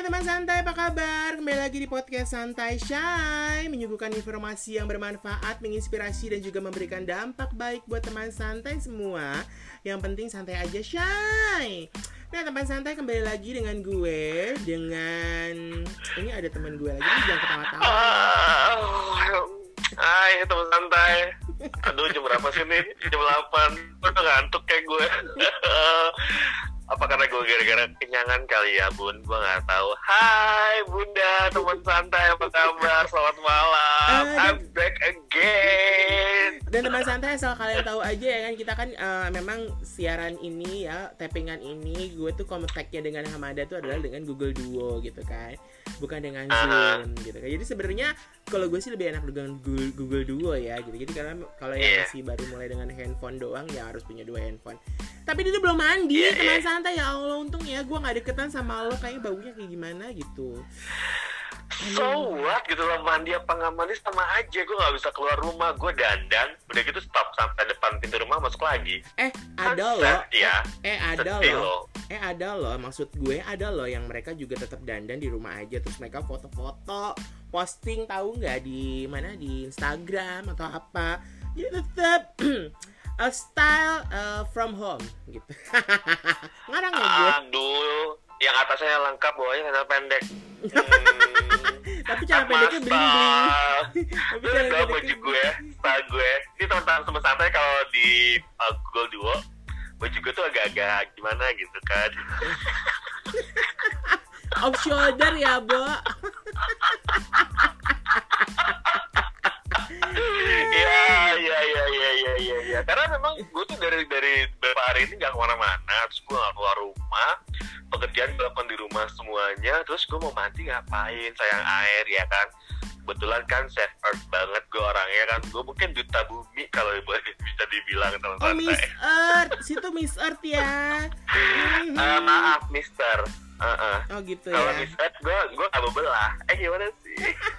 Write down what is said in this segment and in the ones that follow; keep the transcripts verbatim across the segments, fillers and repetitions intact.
Hai teman santai, apa kabar? Kembali lagi di podcast Santai Shy, menyuguhkan informasi yang bermanfaat, menginspirasi, dan juga memberikan dampak baik buat teman santai semua. Yang penting santai aja, Shy. Nah teman santai, kembali lagi dengan gue, dengan ini ada teman gue lagi, jangan ketawa-tawa. Hai teman santai. Aduh, jam berapa sih nih? jam delapan. Udah ngantuk kayak gue. Apa karena gue gara-gara kenyangan kali ya, Bun? Gue gak tahu. Hai Bunda, teman santai, apa kabar? Selamat malam. Uh, I'm back again. Dan teman santai, asal kalian tahu aja ya kan, kita kan uh, memang siaran ini ya, tappingan ini, gue tuh kontaknya dengan Hamada tuh adalah dengan Google Duo gitu kan, bukan dengan Zoom uh-huh. gitu kan. Jadi sebenarnya kalau gue sih lebih enak dengan Google, Google Duo ya gitu. Jadi karena kalau yang yeah. masih baru mulai dengan handphone doang ya harus punya dua handphone. Tapi dia tuh belum mandi, yeah, teman yeah. santai, ya Allah, untung ya gue gak deketan sama lo, kayaknya baunya kayak gimana gitu. So what gitu loh, mandi apa gak mandi sama aja. Gue gak bisa keluar rumah, gue dandan, udah gitu stop sampai depan pintu rumah, masuk lagi. Eh ada loh ya. Eh ada loh Eh ada loh, maksud gue ada loh yang mereka juga tetap dandan di rumah aja. Terus mereka foto-foto, posting, tahu gak di mana, di Instagram atau apa. Jadi tetap a style uh, from home gitu. Ngarang ya gue. Aduh, yang atasnya lengkap, bawahnya celana pendek. Hmm. Tapi celana pendeknya bling-bling. Tapi celana pendeknya baju gue, style gue. Ini teman-teman semua santai kalau di uh, Google Duo, baju gue tuh agak-agak gimana gitu kan. Off shoulder ya, Bo. Iya, iya, iya, iya, iya, iya, ya. Karena memang gue tuh dari dari beberapa hari ini nggak kemana-mana, terus gue nggak keluar rumah, pekerjaan dilakukan di rumah semuanya, terus gue mau mandi ngapain, sayang air ya kan. Kebetulan kan save earth banget gue orangnya kan, gue mungkin duta bumi kalau bisa dibilang teman santai. Oh Miss Earth, situ Miss Earth ya. uh, maaf Mister. Uh-uh. Oh gitu kalo ya. Kalau Miss Earth gue gue nggak bebelah. Eh gimana sih?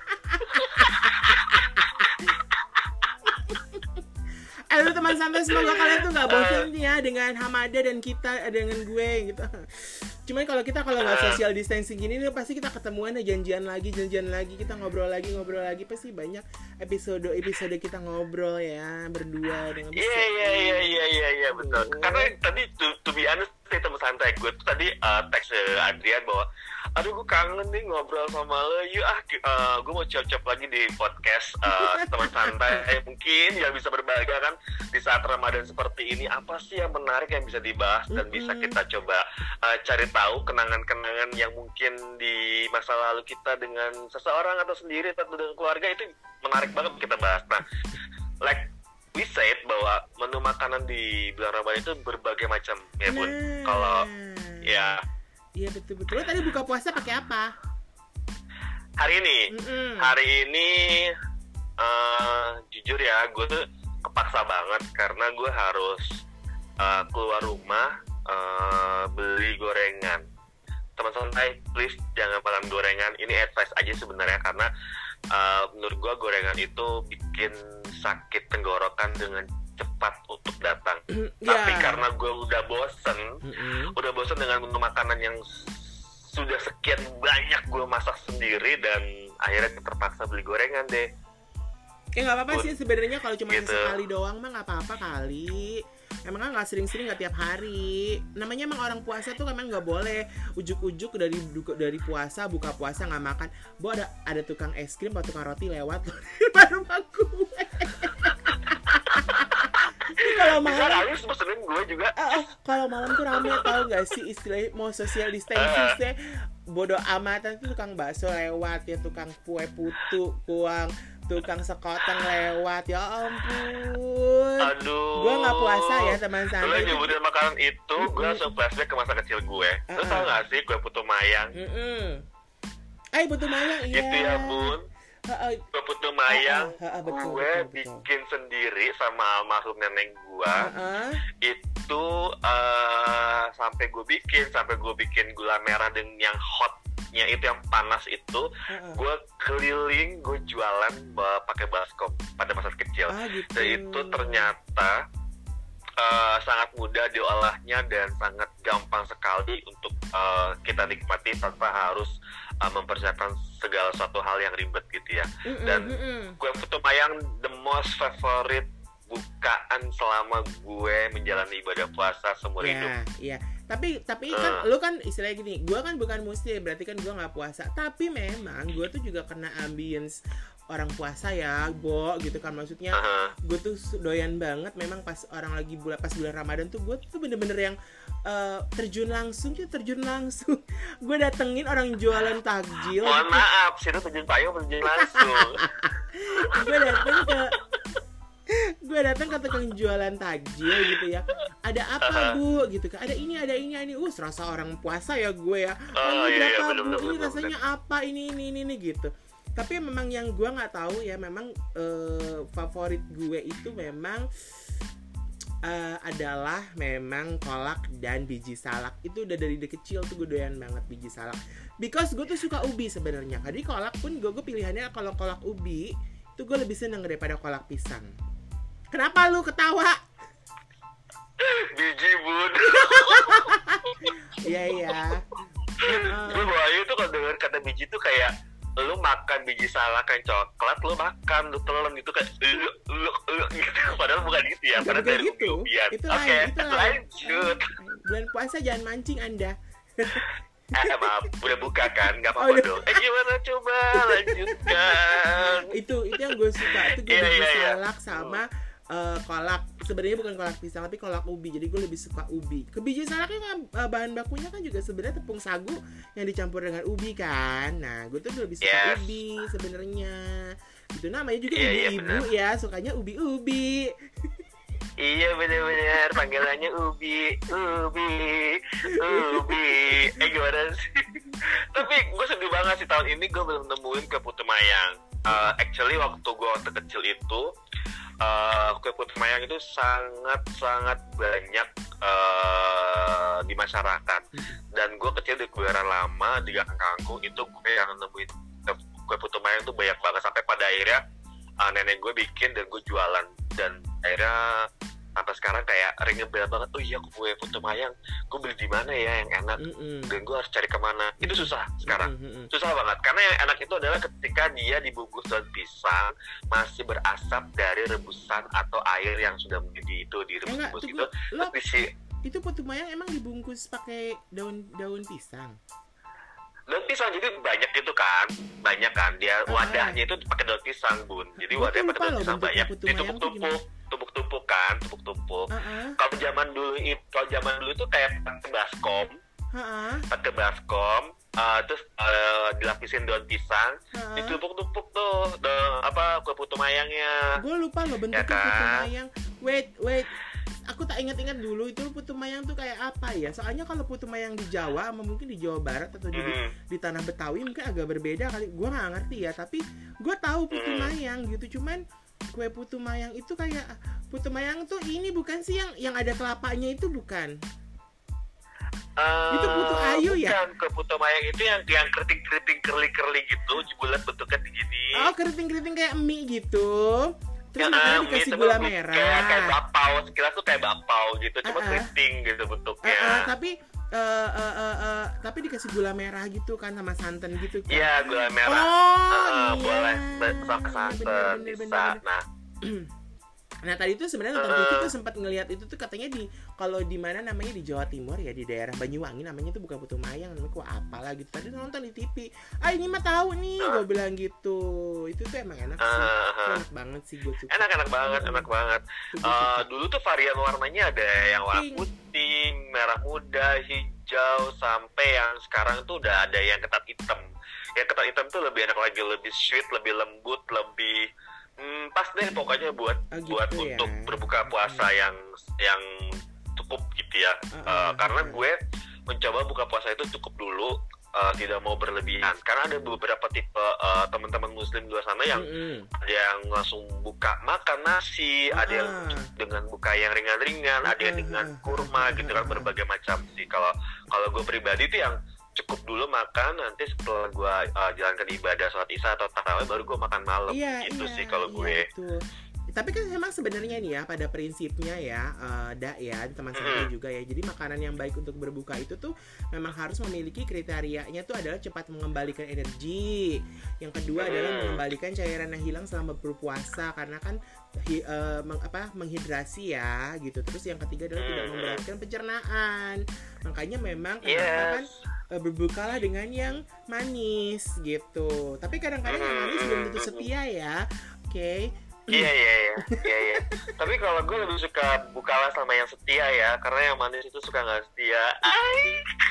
Aduh teman santai, semoga kalian tuh gak bosan ya dengan Hamada dan kita, dengan gue gitu. Cuman kalau kita kalau nggak social distancing gini nih, pasti kita ketemuan ya, janjian lagi, janjian lagi, kita ngobrol lagi, ngobrol lagi, pasti banyak episode episode kita ngobrol ya berdua dengan. Iya iya iya iya iya iya betul. Karena tadi to, to be honest, teman santai gue tuh tadi uh, teks uh, Adrian bahwa aduh gue kangen nih ngobrol sama lo, yuk ah uh, gue mau cocok lagi di podcast uh, teman santai. Eh, mungkin ya bisa berbagi kan di saat Ramadan seperti ini, apa sih yang menarik yang bisa dibahas dan mm-hmm. bisa kita coba uh, cari tahu kenangan-kenangan yang mungkin di masa lalu kita dengan seseorang atau sendiri atau dengan keluarga, itu menarik banget kita bahas. Nah, like we said bahwa menu makanan di bulan Ramadan itu berbagai macam ya Bun. Nah. Kalau ya iya betul-betul. Lo tadi buka puasa pakai apa? Hari ini, Mm-mm. hari ini uh, jujur ya, gue tuh kepaksa banget karena gue harus uh, keluar rumah uh, beli gorengan. Teman santai, please jangan makan gorengan. Ini advice aja sebenarnya karena uh, menurut gue gorengan itu bikin sakit tenggorokan dengan cepat untuk datang. Yeah. Tapi karena gue udah bosen, mm-hmm. udah bosen dengan menu makanan yang sudah sekian banyak gue masak sendiri, dan akhirnya terpaksa beli gorengan deh. Ya nggak apa-apa sih sebenarnya, kalau cuma gitu. Sekali doang mah nggak apa-apa kali. Emang kan nggak sering-sering, nggak tiap hari. Namanya emang orang puasa tuh emang nggak boleh ujuk-ujuk dari dari puasa, buka puasa nggak makan. Bo ada ada tukang es krim atau tukang roti lewat loh di rumah gue. Kalau malam harus pesenin gue juga. Uh, uh, kalau malam tuh rame, tau gak sih istilahnya mau social distancing uh. sih. Bodoh amatan tuh tukang bakso lewat ya, tukang kue putu, kuang, tukang sekoteng lewat. Ya ampun. Aduh. Gue nggak puasa ya teman santai. Gue nyebutin makanan itu, mm-hmm. gue langsung flashback ke masa kecil gue. Uh-uh. Terus tau gak sih kue putu mayang? Mm-mm. Ay putu mayang iya. Gitu ya Bun. Uh, uh, Kue putu mayang, uh, uh, uh, betul, gue betul, betul, bikin betul. sendiri sama almarhum nenek gue. Uh-uh. Itu uh, sampai gue bikin, sampai gue bikin gula merah dengan yang hotnya itu, yang panas itu. Uh-uh. Gue keliling, gue jualan pakai baskom pada masa kecil. Ah, gitu. Dan itu ternyata uh, sangat mudah diolahnya dan sangat gampang sekali untuk uh, kita nikmati tanpa harus uh, mempersiapkan segala suatu hal yang ribet gitu ya. Mm-mm, dan mm-mm. kue putu mayang the most favorite bukaan selama gue menjalani ibadah puasa seumur yeah, hidup. Iya, yeah. Tapi tapi uh. kan lu kan istilahnya gini, gue kan bukan muslim, berarti kan gue nggak puasa. Tapi memang gue tuh juga kena ambience orang puasa ya, Bo, gitu kan, maksudnya uh-huh. gue tuh doyan banget. Memang pas orang lagi bulan pas bulan Ramadan tuh gue tuh bener-bener yang uh, terjun langsung, tuh terjun langsung. Gue datengin orang jualan takjil. Mohon gitu. Maaf, situ terjun payung terjun langsung. Gue dateng ke gue datang ke tukang jualan takjil gitu ya, ada apa bu gitu kan, ada ini ada ini ini uh serasa orang puasa ya gue ya, oh, oh iya, berapa iya, bener, bu bener, ini bener, rasanya bener. Apa ini ini ini ini gitu. Tapi memang yang gue nggak tahu ya, memang uh, favorit gue itu memang uh, adalah memang kolak dan biji salak. Itu udah dari kecil tuh gue doyan banget biji salak, because gue tuh suka ubi sebenarnya. Jadi kolak pun gue gue pilihannya kalau kolak ubi itu gue lebih seneng daripada kolak pisang. Kenapa lu ketawa? Biji bun. Iya iya. Gue bayu tuh kalau denger kata biji tuh kayak lu makan biji salak kayak coklat, lu makan, lu telan gitu kayak lu lu lu gitu. Padahal bukan gitu ya, padahal dari gitu. ubi-ubian. Itu Oke, lain, itu lain. Lanjut. Bulan puasa jangan mancing Anda. Eh maaf, udah buka kan, nggak apa-apa oh, dong. Eh gimana coba lanjutkan. Itu itu yang gue suka, itu gue yeah, biji yeah, salak yeah. sama uh, kolak. Sebenarnya bukan kolak pisang tapi kolak ubi. Jadi gue lebih suka ubi. Ke biji salaknya kan uh, bahan bakunya kan juga sebenarnya tepung sagu yang dicampur dengan ubi kan. Nah gue tuh lebih suka yes. ubi sebenarnya. Itu namanya juga yeah, ibu-ibu yeah, ya, sukanya ubi-ubi. Iya benar-benar panggilannya Ubi, Ubi, Ubi. Eh gimana sih? Tapi gue sedih banget sih tahun ini gue belum nemuin kue putu mayang. Uh, actually waktu gue waktu kecil itu uh, kue putu mayang itu sangat-sangat banyak uh, di masyarakat. Dan gue kecil di Kuburan Lama di Gang Kangkung itu gue yang nemuin kue putu mayang tuh banyak banget sampai pada akhirnya uh, nenek gue bikin dan gue jualan. Dan akhirnya sampai sekarang kayak ringnya bel banget. Oh iya kue putu mayang gue beli di mana ya yang enak. Mm-mm. Dan gue harus cari kemana. Itu susah sekarang. Mm-mm. Susah banget karena yang enak itu adalah ketika dia dibungkus daun pisang masih berasap dari rebusan atau air yang sudah mendidih itu direbus eh, itu. Lo, itu putu mayang emang dibungkus pakai daun daun pisang? Daun pisang, jadi banyak itu kan, banyak kan dia wadahnya itu pakai daun pisang bun, jadi wadahnya pakai daun pisang banyak, ditumpuk-tumpuk, tumpuk-tumpuk kan, tumpuk-tumpuk. Uh-uh. Kalau zaman dulu itu, kalau zaman dulu itu kayak pakai baskom, uh-uh. pakai baskom, uh, terus uh, dilapisin daun pisang, uh-uh. ditumpuk-tumpuk tuh, the, apa kue putu mayangnya. Gue lupa loh bentuknya ya kan? Putu mayang. Wait, wait. Aku tak ingat-ingat dulu itu putu mayang tuh kayak apa ya. Soalnya kalau putu mayang di Jawa sama mungkin di Jawa Barat atau di, mm. di tanah Betawi mungkin agak berbeda kali. Gue nggak ngerti ya. Tapi gue tahu putu mm. mayang gitu. Cuman kue putu mayang itu kayak putu mayang tuh ini bukan sih yang yang ada kelapanya itu bukan? Uh, itu putu ayu bukan, ya? Bukan, kue putu mayang itu yang yang keriting-keriting kerli-kerli gitu, bulat bentuknya gini. Oh, keriting-keriting kayak mie gitu. Terus ya, dikasih gula merah. Kayak, kayak bapau, sekilas tuh kayak bapau gitu, cuma uh-uh. keriting gitu bentuknya. Uh-uh, tapi uh, uh, uh, uh, tapi dikasih gula merah gitu kan sama santan gitu kan. Iya, gula merah. Oh, uh, iya. Boleh sama santan bisa. Nah. Nah tadi itu sebenarnya nonton T V tuh sempat ngelihat itu tuh katanya di kalau di mana namanya di Jawa Timur ya, di daerah Banyuwangi namanya tuh bukan putu mayang, namanya kok apalah gitu. Tadi nonton di T V, ah ini mah tahu nih, gue bilang gitu. Itu tuh emang enak sih, uh, enak banget sih gue suka. Enak enak banget, enak, enak banget. Uh, dulu tuh varian warnanya ada yang warna putih, merah muda, hijau, sampai yang sekarang tuh udah ada yang ketat hitam. Yang ketat hitam tuh lebih enak lagi, lebih sweet, lebih lembut, lebih Hmm, pas deh pokoknya buat oh, gitu buat ya? Untuk berbuka puasa hmm. yang yang cukup gitu ya. Uh, uh, uh, karena gue mencoba buka puasa itu cukup dulu, uh, tidak mau berlebihan. Karena ada beberapa tipe uh, teman-teman muslim di luar sana yang uh, ada yang langsung buka makan nasi, uh, ada yang dengan buka yang ringan-ringan, uh, ada yang dengan kurma uh, gitu kan, berbagai macam sih. Kalau kalau gue pribadi itu yang cukup dulu makan, nanti setelah gue uh, jalankan ibadah sholat isya atau tarawih baru gue makan malam. Iya, gitu iya, sih kalau iya, gue itu. tapi kan memang sebenarnya nih ya pada prinsipnya ya, uh, da ya teman santai juga ya. Jadi makanan yang baik untuk berbuka itu tuh memang harus memiliki kriterianya tuh adalah cepat mengembalikan energi. Yang kedua adalah mengembalikan cairan yang hilang selama berpuasa karena kan hi, uh, meng, apa menghidrasi ya gitu. Terus yang ketiga adalah tidak memberatkan pencernaan. Makanya memang kenapa yes. kan uh, berbukalah dengan yang manis gitu. Tapi kadang-kadang yang manis belum tentu setia ya. Oke. Okay. Iya iya iya iya iya. Tapi kalau gue lebih suka bukalah sama yang setia ya, karena yang manis itu suka nggak setia. Ay.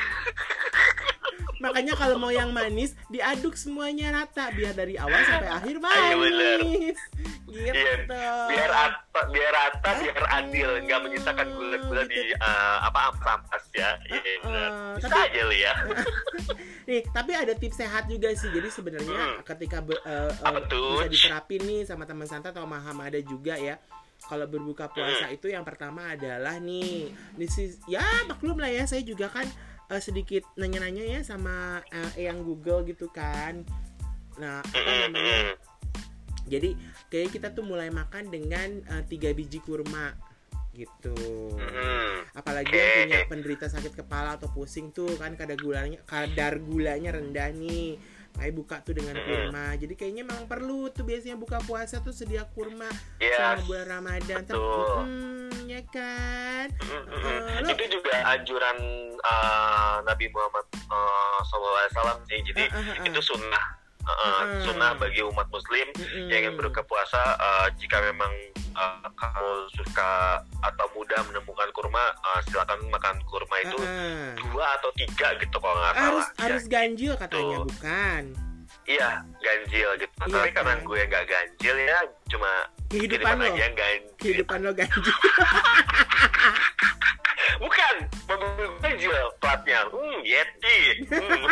Makanya kalau mau yang manis diaduk semuanya rata biar dari awal sampai akhir manis. Gitu. Iya, biar rata, biar rata, biar adil, nggak menyisakan gula-gula di uh, apa ampas ya. Iya, uh, uh, bisa tapi, aja lo ya. Nih, tapi ada tips sehat juga sih. Jadi sebenarnya hmm. ketika be, uh, uh, bisa diterapin nih sama teman santai atau Mahamada juga ya. Kalau berbuka puasa hmm. itu yang pertama adalah nih, nih ya maklum lah ya, saya juga kan uh, sedikit nanya-nanya ya sama uh, yang Google gitu kan. Nah, apa namanya? Jadi kayak kita tuh mulai makan dengan uh, tiga biji kurma gitu. Mm-hmm. Apalagi yang punya penderita sakit kepala atau pusing tuh kan kadar gulanya kadar gulanya rendah nih. Kayak buka tuh dengan kurma. Jadi kayaknya memang perlu tuh biasanya buka puasa tuh sedia kurma yes, selama bulan Ramadan. Hmm, ya kan. Mm-hmm. Uh, Itu juga anjuran uh, Nabi Muhammad uh, shallallahu alaihi wasallam sih. Jadi uh, uh, uh. itu sunnah. Uh, uh, sunnah bagi umat muslim uh, yang ingin berbuka puasa. Uh, jika memang uh, kamu suka atau mudah menemukan kurma, uh, silakan makan kurma itu uh, dua atau tiga gitu kalau nggak salah. Harus ya, harus ganjil katanya gitu. Bukan? Iya ganjil gitu. Iya, tapi kan? Karena gue nggak ganjil ya, cuma kehidupan lo. Aja ganjil. Kehidupan lo ganjil. Bukan, mobil ganjil platnya. Hmm, Yeti. Hmm.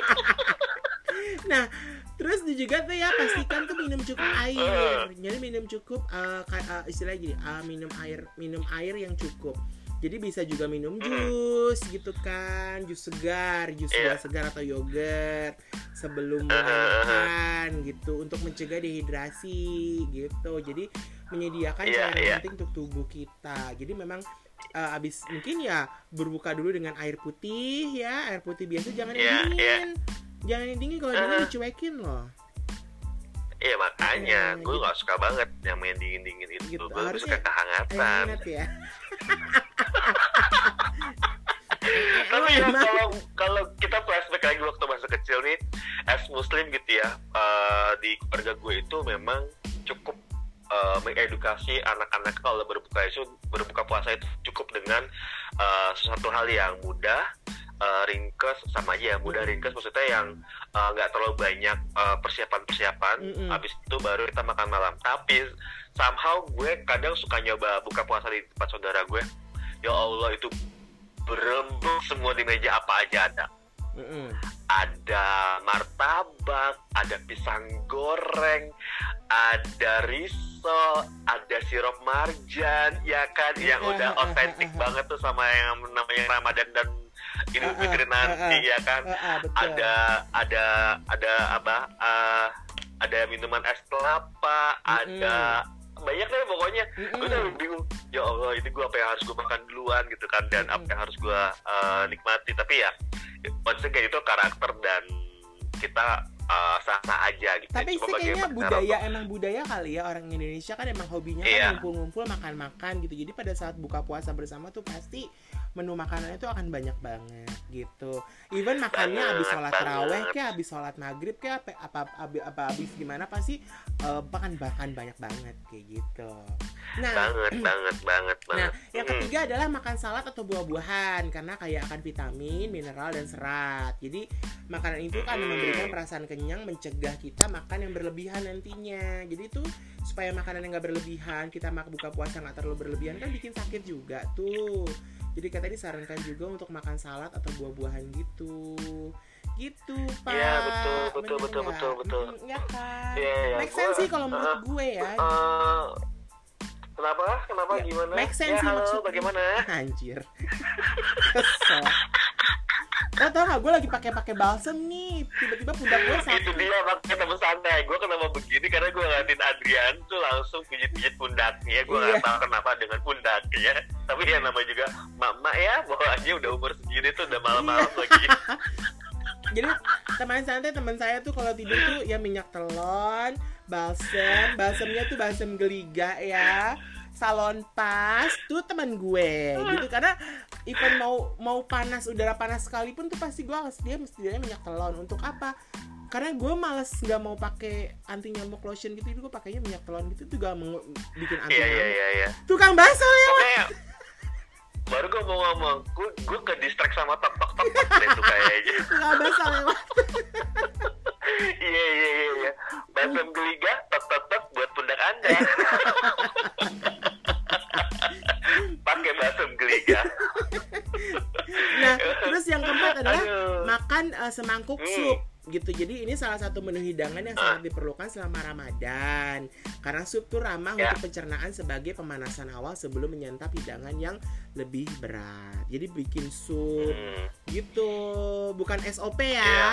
Nah, terus juga tuh ya pastikan tuh minum cukup air. Jadi minum cukup uh, uh, istilahnya gini, uh, minum air, minum air yang cukup. Jadi bisa juga minum jus gitu kan, jus segar, jus buah segar atau yogurt sebelum makan gitu untuk mencegah dehidrasi gitu. Jadi menyediakan yeah, cairan yeah. penting untuk tubuh kita. Jadi memang uh, abis mungkin ya berbuka dulu dengan air putih ya, air putih biasa jangan yeah, dingin. Yeah. Jangan yang dingin, kalau uh, dingin dicuekin loh. Iya makanya, uh, gue gitu. Gak suka banget yang main dingin-dingin itu. Gitu. Gue lebih suka kehangatan. Hangat ya. Tapi ya kalau kalau kita flashback lagi waktu masa kecil nih, as muslim gitu ya, uh, di keluarga gue itu memang cukup uh, mengedukasi anak-anak kalau berbuka itu berbuka puasa itu cukup dengan uh, sesuatu hal yang mudah. Uh, ringkes sama aja ya, mudah ringkes maksudnya yang nggak uh, terlalu banyak uh, persiapan-persiapan. Mm-hmm. Habis itu baru kita makan malam. Tapi somehow gue kadang suka nyoba buka puasa di tempat saudara gue. Ya Allah itu berembuk semua di meja, apa aja ada. Mm-hmm. Ada martabak, ada pisang goreng, ada risol, ada sirup marjan, ya kan, yang udah otentik banget tuh sama yang namanya Ramadan dan Idul Fitri uh, uh, nanti uh, uh, ya kan. Uh, uh, ada ada ada apa? Uh, ada minuman es kelapa, mm-hmm. ada banyak deh pokoknya. Mm-hmm. Gue udah bingung. Ya Allah, ini gue apa yang harus gue makan duluan gitu kan, dan mm-hmm. apa yang harus gue uh, nikmati. Tapi ya, maksudnya kayak itu karakter dan kita uh, sah-sah aja gitu. Tapi sih kayaknya budaya apa? Emang budaya kali ya, orang Indonesia kan emang hobinya yeah. kan ngumpul-ngumpul makan-makan gitu. Jadi pada saat buka puasa bersama tuh pasti menu makanannya itu akan banyak banget gitu. Even makannya banget, abis sholat taraweh kayak abis sholat maghrib kayak apa apa apa, apa abis gimana pasti uh, makan makan banyak banget kayak gitu. Nah, banget banget banget banget. Nah, yang ketiga hmm. adalah makan salad atau buah-buahan karena kaya akan vitamin, mineral dan serat. Jadi makanan itu kan hmm. memberikan perasaan kenyang, mencegah kita makan yang berlebihan nantinya. Jadi itu supaya makanan yang nggak berlebihan, kita makan buka puasa nggak terlalu berlebihan kan bikin sakit juga tuh. Jadi katanya disarankan juga untuk makan salad atau buah-buahan gitu. Gitu, Pak. Iya, betul, betul, betul, betul, betul. Hmm, ya kan. Ya, ya, make sense sih kalau menurut uh, gue ya. Uh, kenapa? Kenapa ya, gimana? Make sense ya, sih halo, maksudnya. Bagaimana? Anjir. Kesel. Lo tau gak, gue lagi pakai-pakai balsam nih, tiba-tiba pundak gue sakit. Itu dia makanya temen santai. Gue kenapa begini karena gue ngeliatin Adrian tuh langsung pijit-pijit pundaknya. Gue Iya. nggak tahu kenapa dengan pundaknya. Tapi ya nama juga mama ya, bawaannya udah umur segini tuh udah malam-malam Iya. lagi. Jadi teman santai teman saya tuh kalau tidur tuh ya minyak telon, balsam, balsamnya tuh balsam geliga ya, salon pas tuh teman gue gitu, karena even mau mau panas udara panas sekalipun tuh pasti gue harus dia mesti dia minyak telon. Untuk apa? Karena gue males nggak mau pakai anti nyamuk lotion gitu, jadi gue pakainya minyak telon gitu tuh gak mau bikin anti Iya nyamuk. iya iya iya. Tukang bakso ya. Pokoknya baru gue mau ngomong, gue gue ke distract sama tok tok tok tok deh tuh kayaknya. Tukang bakso lewat. Iya iya iya iya. Balsam geliga tok tok tok buat pundak Anda. Pakai balsam geliga. Nah, terus yang keempat adalah Aduh. makan uh, semangkuk Hmm. sup gitu. Jadi ini salah satu menu hidangan yang sangat diperlukan selama Ramadan. Karena sup tuh ramah Ya. untuk pencernaan sebagai pemanasan awal sebelum menyantap hidangan yang lebih berat. Jadi bikin sup Hmm. gitu, bukan S O P Ya. ya.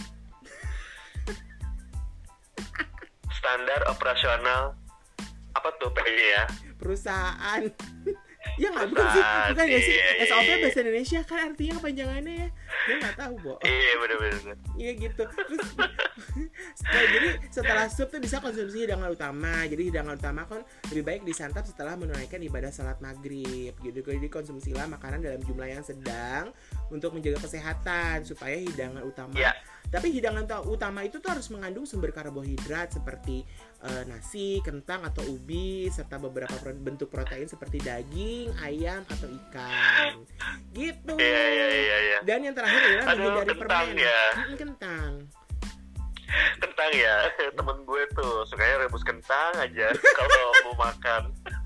Standar operasional apa tuh P J ya? Perusahaan. Ya nggak, bukan sih, bukan ya sih. Iya, iya, S O P iya. bahasa Indonesia kan artinya kepanjangannya ya. Dia nggak tahu, Bo. Iya bener-bener. Iya gitu. Terus setelah, jadi setelah sup tuh bisa konsumsi hidangan utama. Jadi hidangan utama kan lebih baik disantap setelah menunaikan ibadah salat maghrib gitu. Jadi konsumsilah makanan dalam jumlah yang sedang untuk menjaga kesehatan supaya hidangan utama. Ya. Tapi hidangan ta- utama itu tuh harus mengandung sumber karbohidrat seperti eh, nasi, kentang atau ubi serta beberapa pro- bentuk protein seperti daging, ayam atau ikan. Gitu. Iya iya iya iya. Dan yang terakhir adalah Aduh, menghindari kentang permen. ya. Mm, kentang. Kentang ya, temen gue tuh sukanya rebus kentang aja kalau mau makan.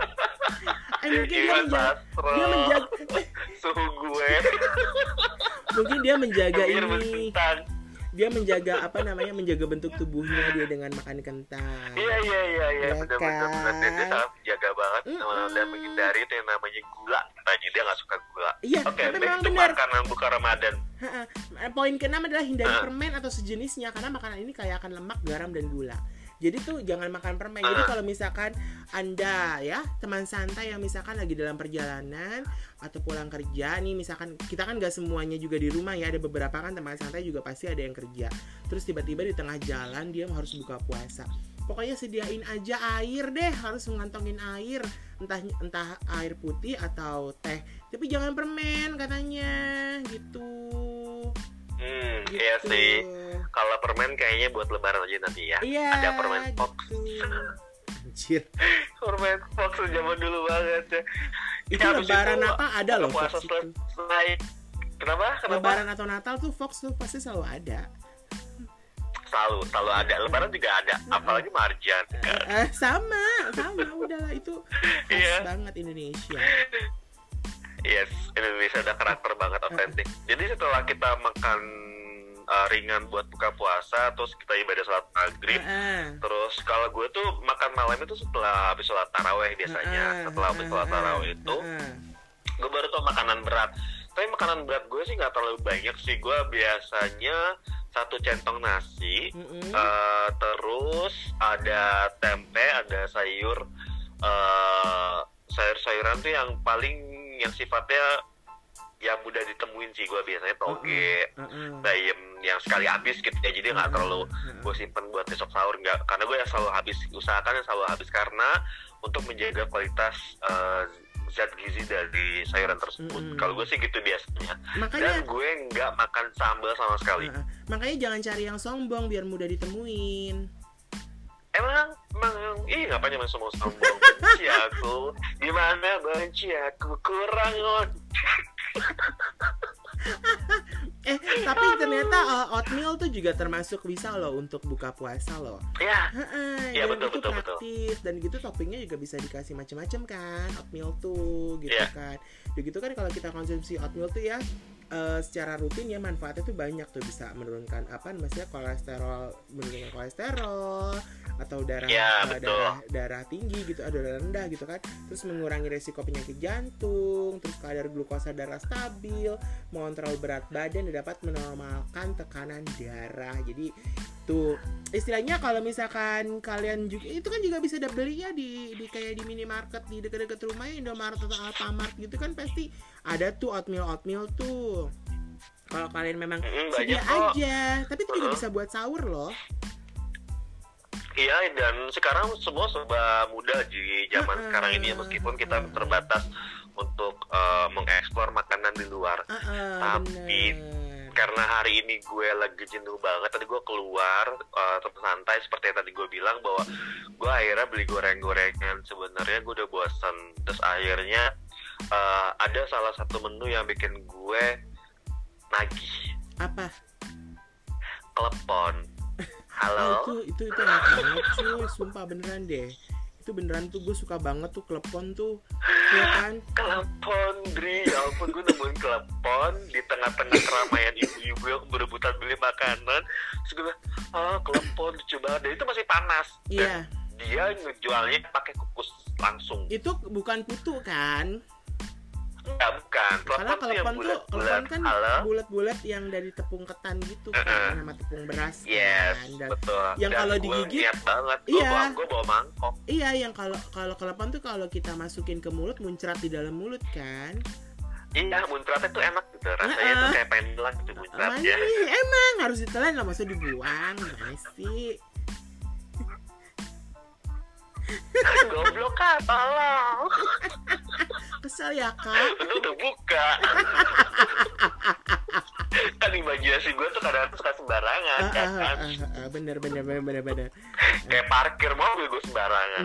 Eh, mungkin dia Iya, menjaga, sastro. dia menjaga, Suhu gue. mungkin dia menjaga Dia rebus ini, kentang. dia menjaga apa namanya, menjaga bentuk tubuhnya dia dengan makan kentang. Iya iya iya iya Ya benar-benar kan? benar. Dia, dia sangat menjaga banget Mm-mm. dan menghindari itu yang namanya gula. Katanya dia nggak suka gula. Iya, Oke, tapi back memang to benar. makanan buka Ramadan. Ha-ha. Poin keenam adalah hindari Ah. permen atau sejenisnya karena makanan ini kaya akan lemak, garam dan gula. Jadi tuh jangan makan permen. Jadi Ah. kalau misalkan Anda ya teman santai yang misalkan lagi dalam perjalanan atau pulang kerja nih, misalkan kita kan gak semuanya juga di rumah ya, ada beberapa kan teman santai juga pasti ada yang kerja. Terus tiba-tiba di tengah jalan dia harus buka puasa. Pokoknya sediain aja air deh, harus ngantongin air, entah entah air putih atau teh. Tapi jangan permen katanya, gitu. Hmm, Gitu. iya sih. Kalau permen kayaknya buat lebaran aja nanti ya. Iya. Ada permen Fox. gitu. Anjir. Permen Fox zaman dulu banget ya. Itu Ya, habis lebaran itu, apa ada loh puasa Fox itu. sel- selesai. Kenapa? Kenapa? Lebaran atau Natal tuh Fox tuh pasti selalu ada. Selalu, selalu ada. Lebaran juga ada. Apalagi marjan. Eh, sama, sama udahlah itu khas Iya. banget Indonesia. Yes, Indonesia ada karakter banget otentik. Jadi setelah kita makan uh, ringan buat buka puasa, terus kita ibadah sholat maghrib, Heeh. terus kalau gue tuh makan malam itu setelah habis sholat taraweh biasanya. Heeh, Setelah habis sholat heeh, taraweh itu, heeh. gue baru tuh makanan berat. Tapi makanan berat gue sih nggak terlalu banyak sih. Gue biasanya satu centong nasi, Mm-mm. uh, terus ada tempe, ada sayur, uh, sayur-sayuran tuh yang paling yang sifatnya yang mudah ditemuin sih. Gue biasanya toge, Heeh. bayam yang sekali habis gitu ya, jadi nggak Heeh, terlalu heeh. gue simpen buat besok sahur, nggak, karena gue yang selalu habis, usahakan yang selalu habis karena untuk menjaga kualitas uh, zat gizi dari sayuran tersebut. Mm-mm. Kalau gue sih gitu biasanya. Makanya Dan gue nggak makan sambal sama sekali. Heeh. Makanya jangan cari yang sombong biar mudah ditemuin. Emang, emang, ih ngapain emang semua sombong, benci aku, gimana benci aku, kurang on. Eh, tapi ternyata uh, oatmeal tuh juga termasuk bisa loh untuk buka puasa loh. Ya, Heeh, Iya, dan betul, itu betul, betul. praktis dan gitu toppingnya juga bisa dikasih macam-macam kan oatmeal tuh gitu Iya. kan. Ya gitu kan kalau kita konsumsi oatmeal tuh ya uh, secara rutin ya manfaatnya tuh banyak tuh, bisa menurunkan apa maksudnya kolesterol, menurunkan kolesterol atau darah ya, uh, darah darah tinggi gitu, ada darah rendah gitu kan, terus mengurangi resiko penyakit jantung, terus kadar glukosa darah stabil, mengontrol berat badan dan dapat menormalkan tekanan darah. Jadi tuh istilahnya kalau misalkan kalian juga itu kan juga bisa beli ya di di kayak di minimarket di dekat-dekat rumah ya, Indomaret atau Alfamart gitu kan pasti ada tuh oatmeal oatmeal tuh. Kalau kalian memang mm, sedia aja, tapi itu juga uh-huh. bisa buat sahur loh. Iya, dan sekarang semua serba mudah di zaman uh-uh. sekarang ini ya, meskipun kita uh-uh. terbatas untuk uh, mengeksplor makanan di luar. Uh-uh, tapi bener. Karena hari ini gue lagi jenuh banget, tadi gue keluar uh, santai seperti yang tadi gue bilang bahwa gue akhirnya beli goreng-gorengan. Sebenarnya gue udah bosan, terus akhirnya uh, ada salah satu menu yang bikin gue nagih. Apa? Klepon. Halo. Oh, itu itu itu enak banget cuy, sumpah beneran deh. Itu beneran tuh gue suka banget tuh klepon tuh, ya kan? Klepon, Dri, ya ampun gue nemuin klepon di tengah-tengah keramaian ibu-ibu yang berebutan beli makanan. Terus gue bilang, ah klepon lucu banget, dan itu masih panas. Iya. Yeah. Dia ngejualnya pakai kukus langsung. Itu bukan putu kan? Enggak, bukan. Karena klepon tuh, klepon kan bulat-bulat yang dari tepung ketan gitu kan, uh-uh. sama tepung beras yes, kan. Dan betul. yang kalau digigit, niat banget. Iya. Gue bawa mangkok. Iya, yang kalau kalau klepon tuh kalau kita masukin ke mulut muncrat di dalam mulut kan. Iya, muncratnya tuh enak gitu. Rasanya uh-uh. tuh kayak pengen bilang gitu muncratnya. Emang harus ditelan lah, maksudnya dibuang, gimana sih? Goblok kan, tolong. Kesel ya kak. Itu udah buka. Kan imajinasi gue tuh kadang-kadang suka sembarangan uh, kan. Uh, uh, uh, uh, bener bener bener bener bener. Kayak parkir mobil gue sembarangan.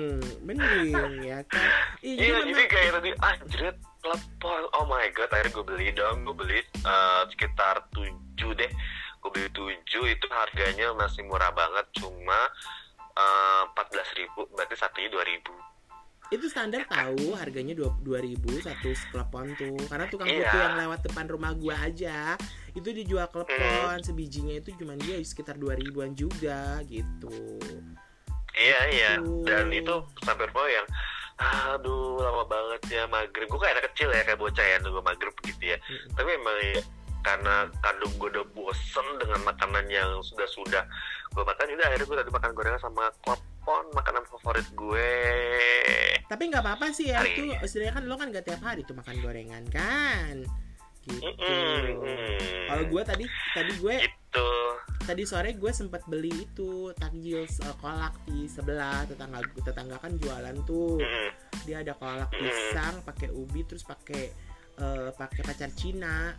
Mending ya kan. Iya, jadi kayak tadi anjrit klepon. Oh my god, akhirnya gue beli dong. Gue beli uh, sekitar tujuh deh. Gue beli tujuh, itu harganya masih murah banget, cuma empat belas ribu, berarti satunya dua ribu. Itu standar tahu, harganya dua ribu satu klepon tuh. Karena tukang iya. putu yang lewat depan rumah gua aja itu dijual klepon, hmm. sebijinya itu cuma dia sekitar dua ribuan juga gitu. Iya iya, dan itu sampai rumah yang aduh lama banget ya maghrib. Gue kayak anak kecil ya, kayak bocah ya nunggu maghrib gitu ya. Hmm. Tapi emang ya, karena kandung gue udah bosen dengan makanan yang sudah-sudah gue makan, udah akhirnya gue tadi makan gorengan sama klepon, makanan favorit gue. Tapi nggak apa-apa sih ya, itu istilahnya kan lo kan gak tiap hari tuh makan gorengan kan, gitu. Mm-hmm. Kalau gue tadi tadi gue gitu. Tadi sore gue sempat beli itu takjil uh, kolak di sebelah tetangga tetangga kan jualan tuh. Mm-hmm. Dia ada kolak pisang mm-hmm. pakai ubi terus pakai uh, pakai pacar Cina.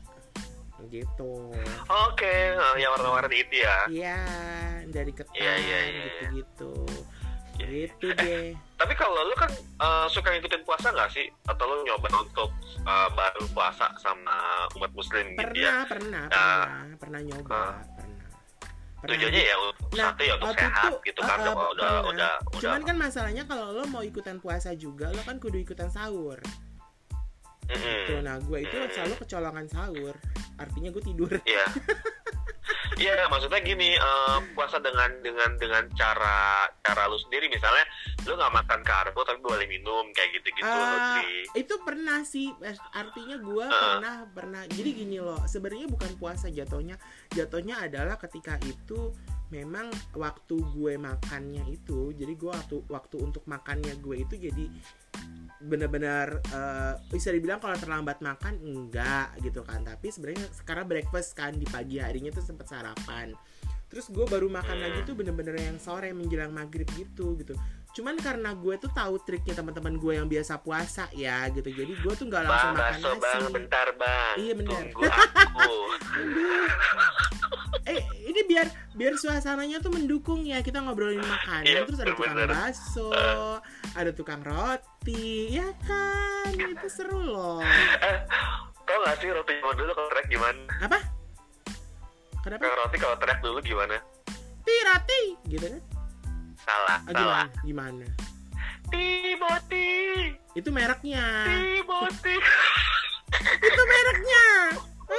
Gitu. Oke, okay. uh, yang warna-warni itu ya. Iya, dari ketan yeah, yeah, yeah, gitu-gitu. Yeah. Gitu deh. Eh, tapi kalau lu kan uh, suka ngikutin puasa nggak sih? Atau lu nyoba untuk uh, baru puasa sama umat muslim pernah, gitu ya? Pernah, nah, pernah, pernah nyoba, uh, pernah. Tujuannya ya untuk nah, satu ya untuk sehat itu, gitu kan. Uh, uh, udah, udah, udah. Cuman kan masalahnya kalau lo mau ikutan puasa juga, lo kan kudu ikutan sahur. Mm-hmm. Gitu. Nah gue itu mm-hmm. selalu kecolongan sahur, artinya gue tidur. Iya. Iya, maksudnya gini, uh, puasa dengan dengan dengan cara cara lu sendiri, misalnya lu nggak makan karbo tapi boleh minum kayak gitu-gitu. Uh, itu pernah sih, artinya gue uh. pernah pernah. Jadi gini loh, sebenarnya bukan puasa jatuhnya, jatuhnya adalah ketika itu memang waktu gue makannya itu, jadi gue waktu waktu untuk makannya gue itu jadi benar-benar uh, bisa dibilang kalau terlambat makan enggak gitu kan, tapi sebenarnya sekarang breakfast kan di pagi harinya tuh sempet sarapan, terus gue baru makan lagi tuh bener-bener yang sore menjelang maghrib gitu gitu. Cuman karena gue tuh tahu triknya teman-teman gue yang biasa puasa ya gitu, jadi gue tuh nggak langsung bang, makan nasi. Bang, bentar bang. Iya benar. Tunggu aku. eh ini biar biar suasananya tuh mendukung ya, kita ngobrolin makanan, iya, terus ada tukang bakso, uh. ada tukang roti, ya kan, itu seru loh. Eh, tau gak sih roti zaman dulu kalau track gimana? Apa? Kenapa? Kalau roti kalau track dulu gimana? Ti roti, gitu kan? Salah, ah, salah. Gimana? Tiboti. Itu mereknya. Tiboti. Itu mereknya.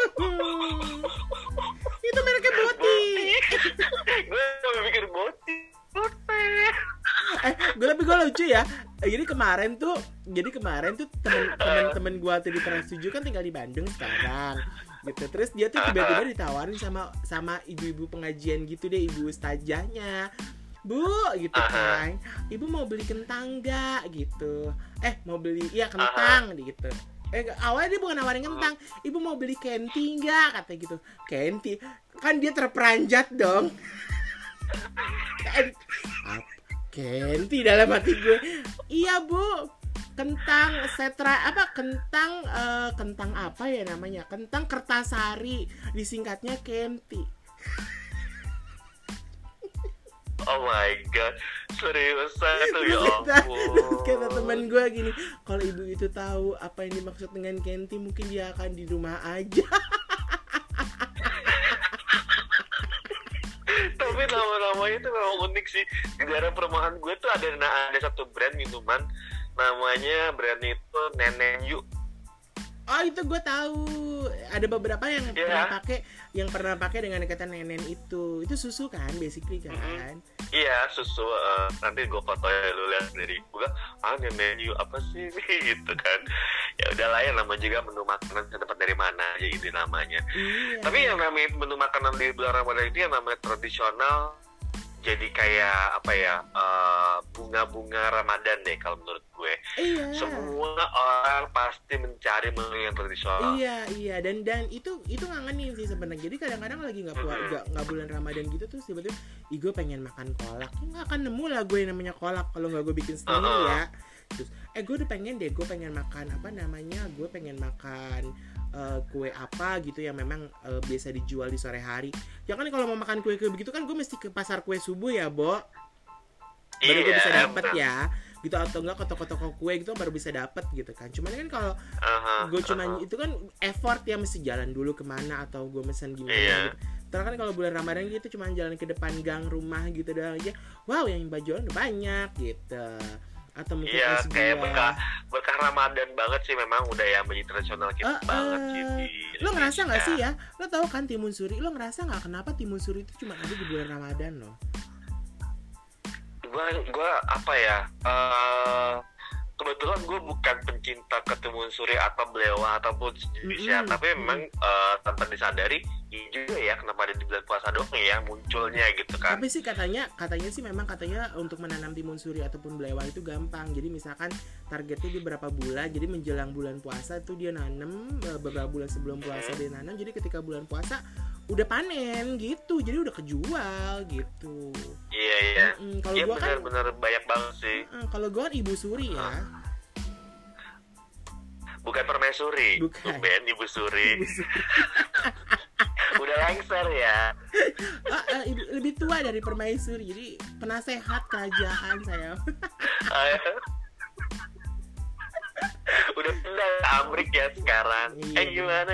Itu mereknya Boti. Gue mau mikir Boti. Boti. Eh, gue lebih gue lucu ya. Jadi kemarin tuh, jadi kemarin tuh temen-temen gue tuh di Trans tujuh kan tinggal di Bandung sekarang, gitu. Terus dia tuh tiba-tiba ditawarin sama sama ibu-ibu pengajian gitu deh, ibu ustazahnya. Bu, gitu kan. Ibu mau beli kentang gak? Gitu. Eh, mau beli, iya kentang, gitu. Eh, awalnya dia bukan nawarin kentang. Ibu mau beli kenti gak? Kata gitu. Kenti? Kan dia terperanjat dong. Kenti dalam hati gue. Iya bu, kentang setra apa kentang uh, kentang apa ya namanya, kentang Kertasari, disingkatnya Kenti. Oh my god, seriusan tuh ya ampun. Kata teman gue gini, kalau ibu itu tahu apa yang dimaksud dengan Kenti, mungkin dia akan di rumah aja. Tapi nama-namanya itu memang unik sih. Di daerah perumahan gue tuh ada ada satu brand minuman, namanya brand itu Nenen Yu. Oh itu gue tahu. Ada beberapa yang yeah. pernah pakai, yang pernah pakai dengan kata Nenen itu. Itu susu kan, basically kan. Mm-hmm. Iya susu. Uh, nanti gue fotonya lu lihat dari gue. Ah Nenen Yu apa sih gitu kan. Ya udahlah ya, nama juga menu makanan dapat dari mana aja ide namanya. Yeah. Tapi yang namanya menu makanan di bulan Ramadan itu yang namanya tradisional. Jadi kayak apa ya, uh, bunga-bunga Ramadan deh kalau menurut gue. Iya. Semua orang pasti mencari menu yang tradisional. Iya iya dan dan itu itu ngangenin sih sebenarnya. Jadi kadang-kadang lagi nggak puas, nggak mm-hmm. nggak bulan Ramadan gitu tuh tiba-tiba, ih gue pengen makan kolak. Ya nggak akan nemu lah gue yang namanya kolak kalau nggak gue bikin sendiri uh-huh. ya. Terus eh gue udah pengen deh, gue pengen makan apa namanya, gue pengen makan Uh, kue apa gitu yang memang uh, biasa dijual di sore hari. Ya kan kalau mau makan kue-kue begitu kan gue mesti ke pasar kue subuh ya, Bo. Baru gue bisa dapet ya. Gitu atau enggak ke toko-toko kue gitu baru bisa dapet gitu kan. Cuman kan kalau uh-huh, gue cuman uh-huh. itu kan effort ya, mesti jalan dulu kemana atau gue mesen gimana yeah. gitu. Terus kan kalau bulan Ramadan gitu cuma jalan ke depan gang rumah gitu doang aja. Wow, yang baju udah banyak gitu. Atau mungkin iya kayak berkah berkah Ramadan banget sih, memang udah ya menjadi tradisional kita uh, banget sih. Uh, lo ngerasa nggak sih ya? Lo tahu kan timun suri? Lo ngerasa nggak kenapa timun suri itu cuma ada di bulan Ramadan loh? Gua gua apa ya? Uh, kebetulan gue bukan pencinta ketimun suri atau belewa ataupun sejenisnya, mm-hmm. tapi memang uh, tanpa disadari iya juga ya kenapa ada di bulan puasa doang ya munculnya gitu kan. Tapi sih katanya katanya sih memang katanya untuk menanam timun suri ataupun belewa itu gampang. Jadi misalkan targetnya di berapa bulan, jadi menjelang bulan puasa tuh dia nanam, beberapa bulan sebelum puasa mm-hmm. dia nanam, jadi ketika bulan puasa udah panen gitu, jadi udah kejual gitu. Iya iya. Mm-mm. Kalau ya, gua kan benar-benar banyak banget sih. Kalau gua kan ibu suri ya. Bukan permaisuri, bukan. Ben ibu suri. Ibu suri. Udah lengser ya. Oh, uh, lebih tua dari permaisuri, jadi penasehat kerajaan saya. Udah pindah ke Amrik ya sekarang. Iya. Eh gimana?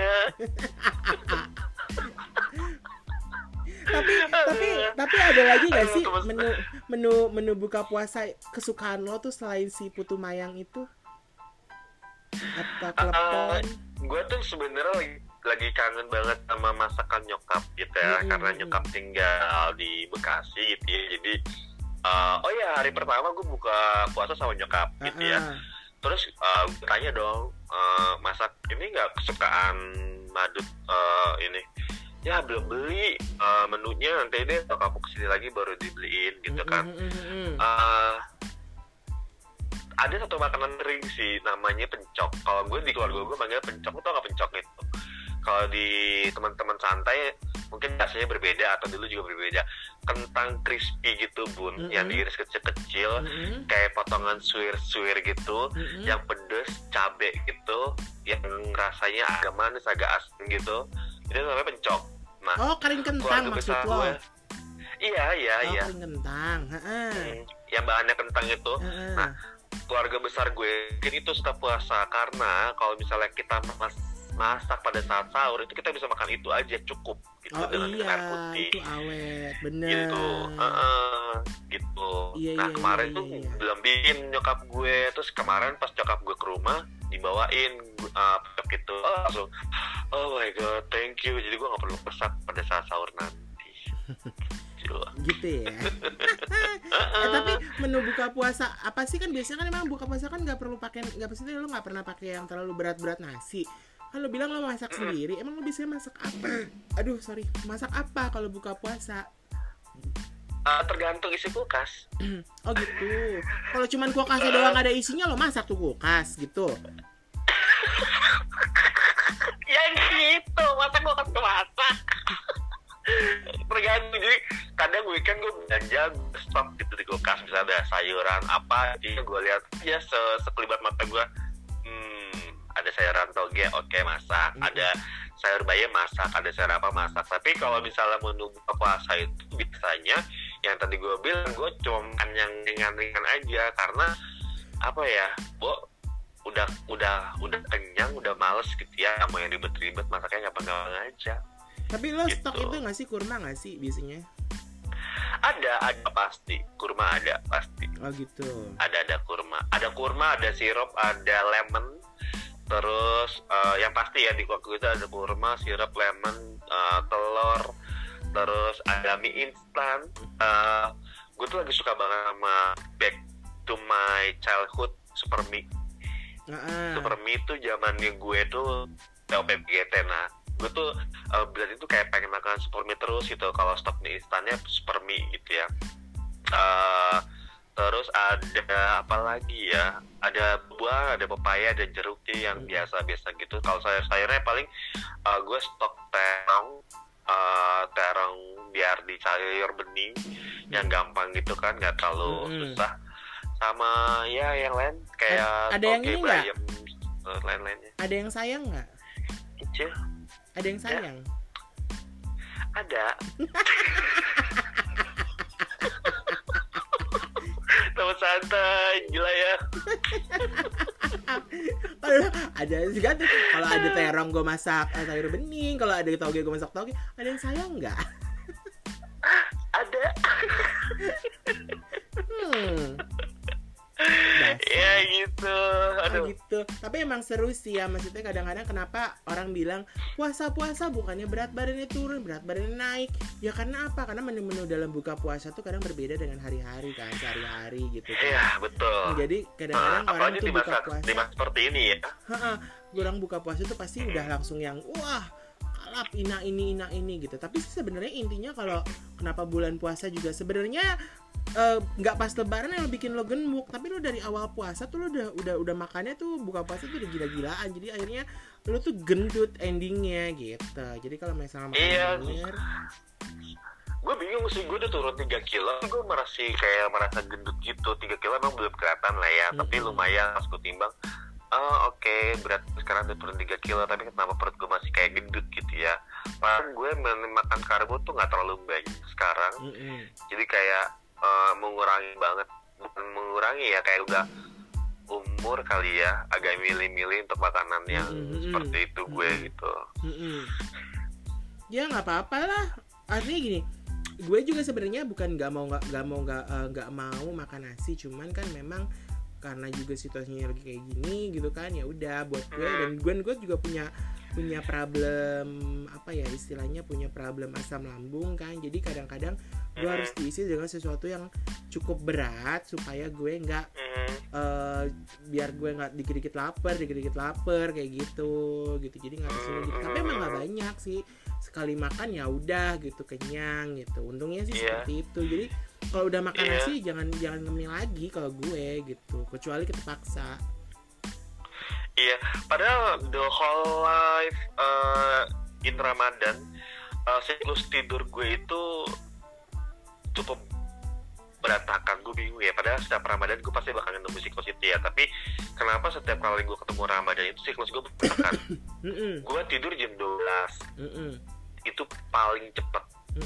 tapi tapi tapi ada lagi nggak sih menu menu menu buka puasa kesukaan lo tuh selain si putu mayang itu? Atau klepon? Uh, gue tuh sebenarnya lagi, lagi kangen banget sama masakan nyokap gitu ya, mm-hmm. karena nyokap tinggal di Bekasi gitu ya. Jadi uh, oh ya hari pertama gue buka puasa sama nyokap uh-uh. gitu ya. Terus uh, gue tanya dong, uh, masak ini nggak kesukaan Madut uh, ini? Ya belum beli, uh, menunya nanti deh kalau kamu kesini lagi baru dibeliin gitu kan. Mm-hmm. Uh, ada satu makanan kering sih namanya pencok. Kalau gue di keluarga gue manggil pencok. Lo tau gak pencok itu? Kalau di teman-teman santai mungkin rasanya berbeda atau dulu juga berbeda. Kentang crispy gitu bun, mm-hmm. yang diiris kecil-kecil, mm-hmm. kayak potongan suwir-suwir gitu, mm-hmm. yang pedes, cabe gitu, yang rasanya agak manis, agak asin gitu. Itu namanya pencok. Nah, oh kering kentang maksud lo? Gue, iya iya oh, iya. Kering kentang. Hmm, yang bahannya kentang itu. Ha-ha. Nah, keluarga besar gue mungkin itu suka puasa karena kalau misalnya kita mas- masak pada saat sahur itu kita bisa makan itu aja cukup gitu, oh, dengan iya, air putih. Itu awet, bener. Gitu, uh-uh, gitu. Iya, nah iya, kemarin iya, tuh iya. belum bikin nyokap gue, terus kemarin pas nyokap gue ke rumah dibawain uh, pencok itu oh, langsung oh my god thank you, jadi gue nggak perlu masak pada saat sahur nanti. Gitu ya. Eh tapi menu buka puasa apa sih, kan biasanya kan emang buka puasa kan nggak perlu pakai, nggak pasti lo nggak pernah pakai yang terlalu berat-berat nasi. Kan lo bilang lo masak sendiri, emang lo biasanya masak apa? Aduh sorry, masak apa kalau buka puasa? Uh, tergantung isi kulkas. Oh gitu. Kalau cuman kulkasnya doang ada isinya, lo masak tuh kulkas gitu. Ya gitu, masa gue akan masak. Tergantung, jadi kadang weekend gue belanja stok gitu di kulkas, misalnya ada sayuran apa, jadi gue lihat ya se- sekelibat mata gue, hmm, ada sayuran toge, oke okay, masak, hmm. ada sayur bayam masak, ada sayur apa masak. Tapi kalau misalnya menu buka puasa itu biasanya yang tadi gue bilang, gue cuma makan yang ringan-ringan aja, karena apa ya, gue udah udah udah kenyang, udah males gitu ya, mau yang ribet-ribet, masaknya gampang-gampang aja. Tapi lo gitu. Stok itu nggak sih, kurma nggak sih biasanya? Ada, ada pasti. Kurma ada pasti. Oh gitu. Ada, ada kurma. Ada kurma, ada sirup, ada lemon. Terus uh, yang pasti ya di waktu itu ada kurma, sirup, lemon, uh, telur. Terus ada mie instan. Uh, gue tuh lagi suka banget sama Back to My Childhood Super Mie. Uh-uh. Super Mie tuh zamannya gue tuh T O P P G T. Nah, gue tuh uh, berarti tuh kayak pengen makan super mie terus gitu. Kalau stok mie instannya super mie gitu ya. Uh, terus ada apa lagi ya? Ada buah, ada pepaya, ada jeruk sih yang biasa-biasa gitu. Kalau sayur-sayurnya paling uh, gue stok terong, uh, terong biar di sayur bening yang gampang gitu kan, nggak terlalu hmm. susah. Sama ya yang lain kayak ada yang ini nggak? Lain-lainnya. Ada yang sayang nggak? Kecil. Ada yang sayang? Ya. Ada. Teman santai, gila ya. Ada sih kan. Kalau ada terong gue masak sayur bening, kalau ada toge gue masak toge. Ada yang sayang nggak? Ada. Hmm. Ya gitu. Aduh. Oh, gitu. Tapi emang seru sih ya, maksudnya kadang-kadang kenapa orang bilang puasa-puasa bukannya berat badannya turun, berat badannya naik. Ya karena apa? Karena menu-menu dalam buka puasa tuh kadang berbeda dengan hari-hari kan, sehari-hari gitu kan. Iya, betul. Jadi kadang-kadang uh, orang tuh buka puasa dimasak seperti ini ya. Heeh. Orang buka puasa tuh pasti hmm. udah langsung yang wah, kalap ina ini ina ini gitu. Tapi sebenarnya intinya kalau kenapa bulan puasa juga sebenarnya nggak uh, pas lebaran yang bikin lo gemuk, tapi lo dari awal puasa tuh lo udah udah udah makannya tuh buka puasa tuh udah gila-gilaan, jadi akhirnya lo tuh gendut endingnya gitu. Jadi kalau misalnya makan iya, bener, gue bingung sih, gue udah turun tiga kilo, gue masih kayak merasa gendut gitu. Tiga kilo emang belum kelihatan lah ya, mm-hmm. tapi lumayan pas gue timbang. Oh oke, okay, berat sekarang udah turun tiga kilo, tapi kenapa perut gue masih kayak gendut gitu ya. Padahal gue makan karbo tuh gak terlalu banyak sekarang, mm-hmm. jadi kayak Uh, mengurangi banget, bukan mengurangi ya, kayak udah umur kali ya, agak milih-milih untuk makanan yang mm-hmm. seperti itu gue mm-hmm. gitu. Mm-hmm. Ya nggak apa-apa lah, artinya gini, gue juga sebenarnya bukan nggak mau nggak nggak mau nggak nggak uh, mau makan nasi, cuman kan memang karena juga situasinya lagi kayak gini gitu kan, ya udah buat gue mm. dan gue gue juga punya punya problem apa ya istilahnya, punya problem asam lambung kan, jadi kadang-kadang gue harus diisi dengan sesuatu yang cukup berat supaya gue nggak uh, biar gue nggak dikit-dikit lapar dikit-dikit lapar kayak gitu gitu, jadi nggak bisa gitu. Tapi emang nggak banyak sih, sekali makan ya udah gitu, kenyang gitu, untungnya sih yeah. seperti itu. Jadi kalau udah makan yeah. nasi jangan jangan ngemil lagi kalau gue gitu, kecuali kita paksa. Iya, padahal the whole life uh, in Ramadan, uh, siklus tidur gue itu cukup berantakan. Gue bingung ya, padahal setiap Ramadan gue pasti bakal nemu siklus itu ya. Tapi kenapa setiap kali gue ketemu Ramadan itu siklus gue berantakan? Gue tidur jam dua belas, itu paling cepet.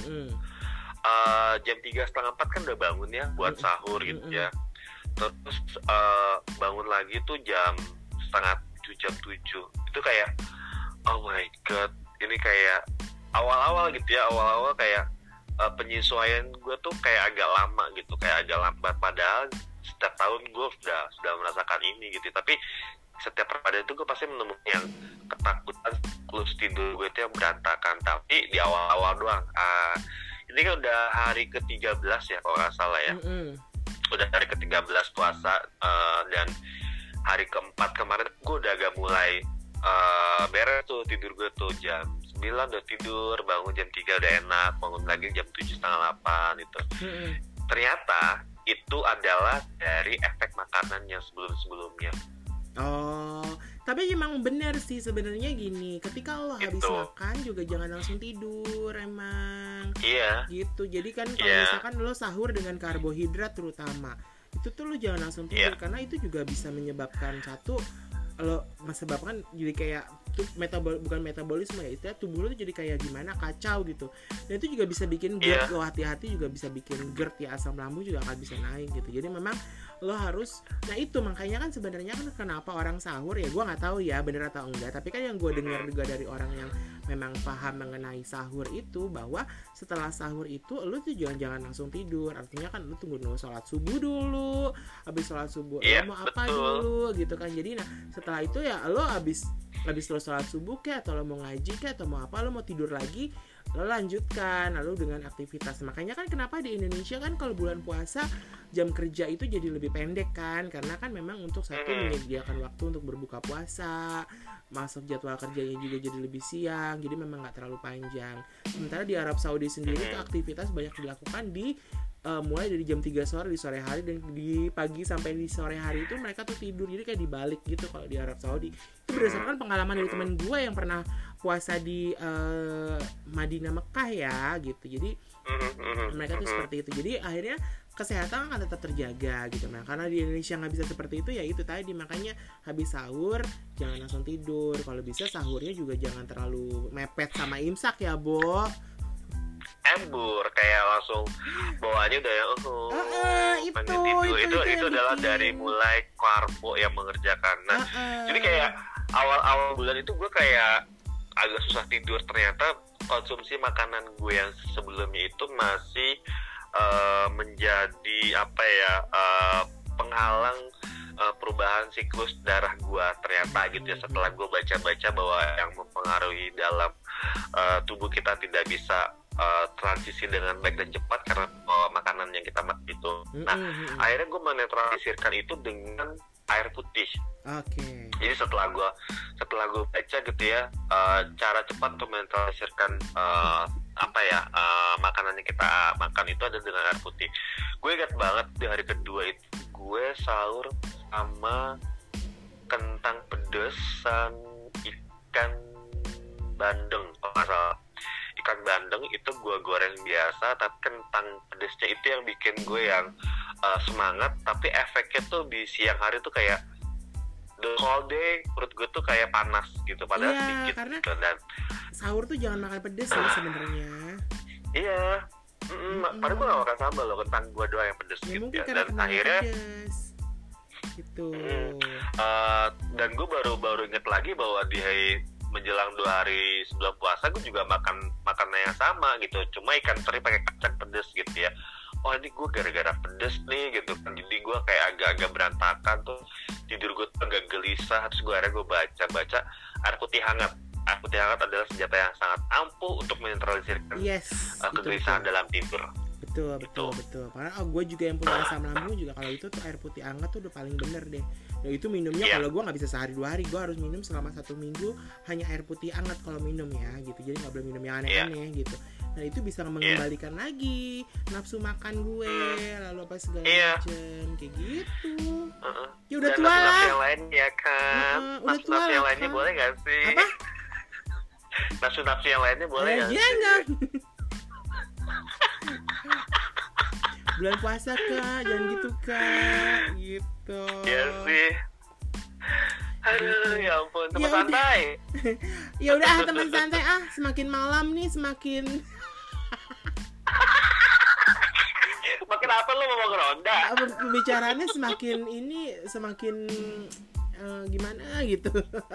uh, Jam tiga setengah empat kan udah bangun ya, buat sahur gitu ya. Terus uh, bangun lagi tuh jam setengah tujuh, jam tujuh. Itu kayak oh my god, ini kayak awal-awal gitu ya, awal-awal kayak uh, penyesuaian gue tuh kayak agak lama gitu, kayak agak lambat. Padahal setiap tahun gue sudah sudah merasakan ini gitu. Tapi setiap Ramadan itu gue pasti menemukan yang ketakutan siklus tidur gue itu yang berantakan, tapi di awal-awal doang. Ah, ini kan udah hari ke tiga belas ya kalau nggak salah ya. Mm-hmm. Udah hari ke tiga belas puasa, uh, dan hari keempat kemarin gue udah agak mulai uh, beres tuh tidur gue tuh. Jam sembilan udah tidur, bangun jam tiga udah enak, bangun lagi jam tujuh setengah delapan gitu. Mm-hmm. Ternyata itu adalah dari efek makanan yang sebelum-sebelumnya. Oh, tapi emang benar sih sebenarnya gini, ketika lo habis gitu. makan juga jangan langsung tidur emang. Iya. Gitu. Jadi kan kalau yeah. misalkan lo sahur dengan karbohidrat terutama, itu tuh lo jangan langsung tidur, yeah. karena itu juga bisa menyebabkan satu, lo menyebabkan jadi kayak tuh metabol bukan metabolisme ya, itu tubuh lo tuh jadi kayak gimana, kacau gitu. Dan itu juga bisa bikin GERD, yeah. lo hati-hati juga bisa bikin GERD ya, asam lambung juga akan bisa naik gitu. Jadi memang lo harus, nah itu makanya kan sebenarnya kan kenapa orang sahur ya, gue nggak tahu ya bener atau enggak, tapi kan yang gue dengar juga dari orang yang memang paham mengenai sahur itu, bahwa setelah sahur itu lo tuh jangan-jangan langsung tidur, artinya kan lo tunggu dulu sholat subuh dulu, habis sholat subuh yeah, lo mau apa betul. dulu gitu kan. Jadi nah setelah itu ya lo habis habis lo sholat subuh kayak, atau lo mau ngaji kayak, atau mau apa, lo mau tidur lagi, lo lanjutkan lalu dengan aktivitas. Makanya kan kenapa di Indonesia kan kalau bulan puasa jam kerja itu jadi lebih pendek kan, karena kan memang untuk satu menyediakan waktu untuk berbuka puasa, masuk jadwal kerjanya juga jadi lebih siang, jadi memang nggak terlalu panjang. Sementara di Arab Saudi sendiri itu aktivitas banyak dilakukan di uh, mulai dari jam tiga sore di sore hari, dan di pagi sampai di sore hari itu mereka tuh tidur, jadi kayak dibalik gitu kalau di Arab Saudi. Itu berdasarkan pengalaman dari teman gue yang pernah puasa di uh, Madinah Mekah ya gitu. Jadi mereka tuh seperti itu. Jadi akhirnya kesehatan akan tetap terjaga gitu. Nah karena di Indonesia nggak bisa seperti itu ya itu tadi, makanya habis sahur jangan langsung tidur. Kalau bisa sahurnya juga jangan terlalu mepet sama imsak ya, Bo. Embur kayak langsung bawaannya udah ya oh, uh, uh, itu, tidur. itu, itu itu itu, itu adalah bikin. Dari mulai karbo yang mengerjakan. Nah, uh, uh. jadi kayak awal-awal bulan itu gue kayak agak susah tidur. Ternyata konsumsi makanan gue yang sebelumnya itu masih uh, menjadi apa ya uh, penghalang uh, perubahan siklus darah gue ternyata gitu ya. Setelah gue baca-baca bahwa yang mempengaruhi dalam uh, tubuh kita tidak bisa Uh, transisi dengan baik dan cepat karena uh, makanan yang kita makan itu. Nah, mm-hmm. akhirnya gue menetralisirkan itu dengan air putih. Oke. Okay. Jadi setelah gue setelah gue baca gitu ya, uh, cara cepat untuk menetralisirkan uh, apa ya uh, makanan yang kita makan itu ada dengan air putih. Gue ingat banget di hari kedua itu gue sahur sama kentang pedesan ikan bandeng kalau nggak salah. Ikan bandeng itu gue goreng biasa, tapi kentang pedesnya itu yang bikin gue yang uh, semangat. Tapi efeknya tuh di siang hari tuh kayak the whole day perut gue tuh kayak panas gitu, padahal iya, sedikit karena gitu. Dan sahur tuh jangan makan pedes ya sebenarnya. Iya, mm-mm, mm-mm. padahal gue gak makan sambal loh, kentang gue doang yang pedes ya, gitu mungkin ya. Dan akhirnya pedes gitu. Mm, uh, dan gue baru baru inget lagi bahwa di hari menjelang dua hari sebelum puasa gue juga makan makanan yang sama gitu, cuma ikan teri pakai kacang pedes gitu ya. Oh ini gue gara-gara pedes nih gitu kan, jadi gue kayak agak-agak berantakan tuh, tidur gue tuh agak gelisah. Terus gue akhirnya gue baca-baca air putih hangat. Air putih hangat adalah senjata yang sangat ampuh untuk menetralisirkan yes, uh, kegelisahan dalam tidur. Betul, betul, gitu. betul. Karena oh, gue juga yang punya asam lambung juga, kalau itu tuh air putih hangat tuh udah paling bener deh. Nah itu minumnya yeah. kalau gue nggak bisa sehari dua hari, gue harus minum selama satu minggu hanya air putih hangat kalau minum ya gitu. Jadi nggak boleh minum yang aneh-aneh yeah. gitu. Nah itu bisa mengembalikan yeah. lagi nafsu makan gue, lalu apa segala yeah. macem kayak gitu. Uh-uh. Ya udah tua lah. Nafsu yang lain ya kan. Uh-uh. Udah nafsu, tua nafsu yang lainnya kan? Boleh nggak sih? Apa? Nafsu-nafsu yang lainnya boleh nggak? Eh, jangan. Bulan puasa kak, jangan gitu kak, gitu. Iya sih. Aduh, gitu. Ya ampun, teman ya santai. Ya udah ah, teman santai ah, semakin malam nih semakin. Makin apa lo mau ngeronda? Pembicaraannya semakin ini, semakin uh, gimana gitu.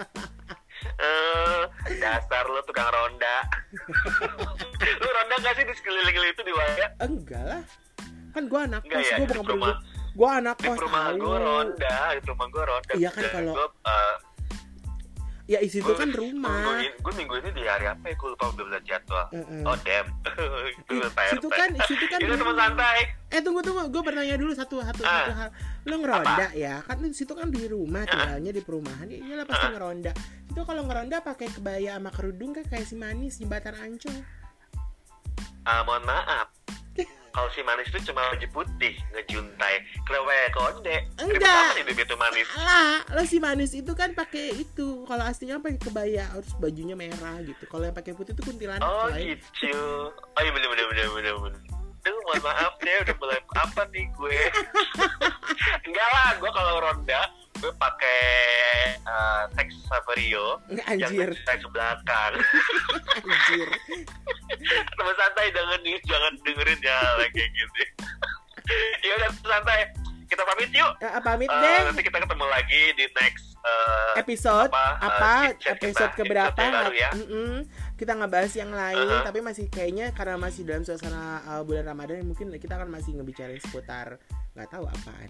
Uh, dasar lo tukang ronda. Lo ronda gak sih di sekeliling itu di Waya? Enggak lah, kan gue anak kos, ya, gue bukan rumah, gue anak kos. Di rumah gue ronda, di rumah gue ronda. Iya kan kalau uh, Ya isi itu kan rumah. Gue minggu ini di hari apa ya? Gue lupa udah lihat jadwal. Uh-uh. Oh damn. Situ kan, situ kan. Itu teman santai. Eh tunggu tunggu, gue bertanya dulu satu satu, ah. satu hal. Lo ngeronda apa? Ya? Kan situ kan di rumah, tinggalnya di perumahan. Ya iyalah pasti uh. ngeronda. Itu kalau ngeronda pakai kebaya sama kerudung kan kayak si Manis jembatan Ancol. Ah, uh, mohon maaf. Kalau si Manis itu cuma baju putih, ngejuntai, kelewek konde. Enggak. Hidup itu Manis. Lah, lo si Manis itu kan pakai itu. Kalau aslinya pakai kebaya, harus bajunya merah gitu. Kalau yang pakai putih itu kuntilanak. Oh coy. Gitu. Oh iya bener bener bener bener bener. Duh, mohon maaf deh, udah mulai apa nih gue? Enggak lah, gue kalau ronda gue pakai uh, teks Saverio yang teks belakang. Anjir. Teman santai jangan nih, jangan dengerin ya lagi gitu. Ya udah santai, kita pamit yuk. Uh, pamit uh, deh. Nanti kita ketemu lagi di next uh, episode apa, apa uh, episode kita, keberapa? Baru ya. Kita ngebahas yang lain, uh-huh. tapi masih kayaknya karena masih dalam suasana uh, bulan Ramadan, mungkin kita akan masih ngebicarain seputar nggak tahu apaan.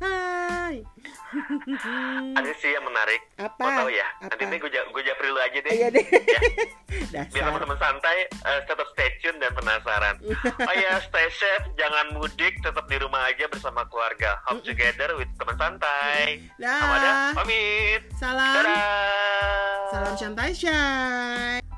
Ada sih yang menarik. Apa? Mau tahu ya? Apa? Nanti gue gue japri lu aja deh. Iya deh. Ya. Biar teman-teman santai, uh, tetap stay tune dan penasaran. Oh ya, stay safe, jangan mudik, tetap di rumah aja bersama keluarga. Home together with teman santai. Dah. Amada, pamit. Salam. Dadah. Salam santai, Shay.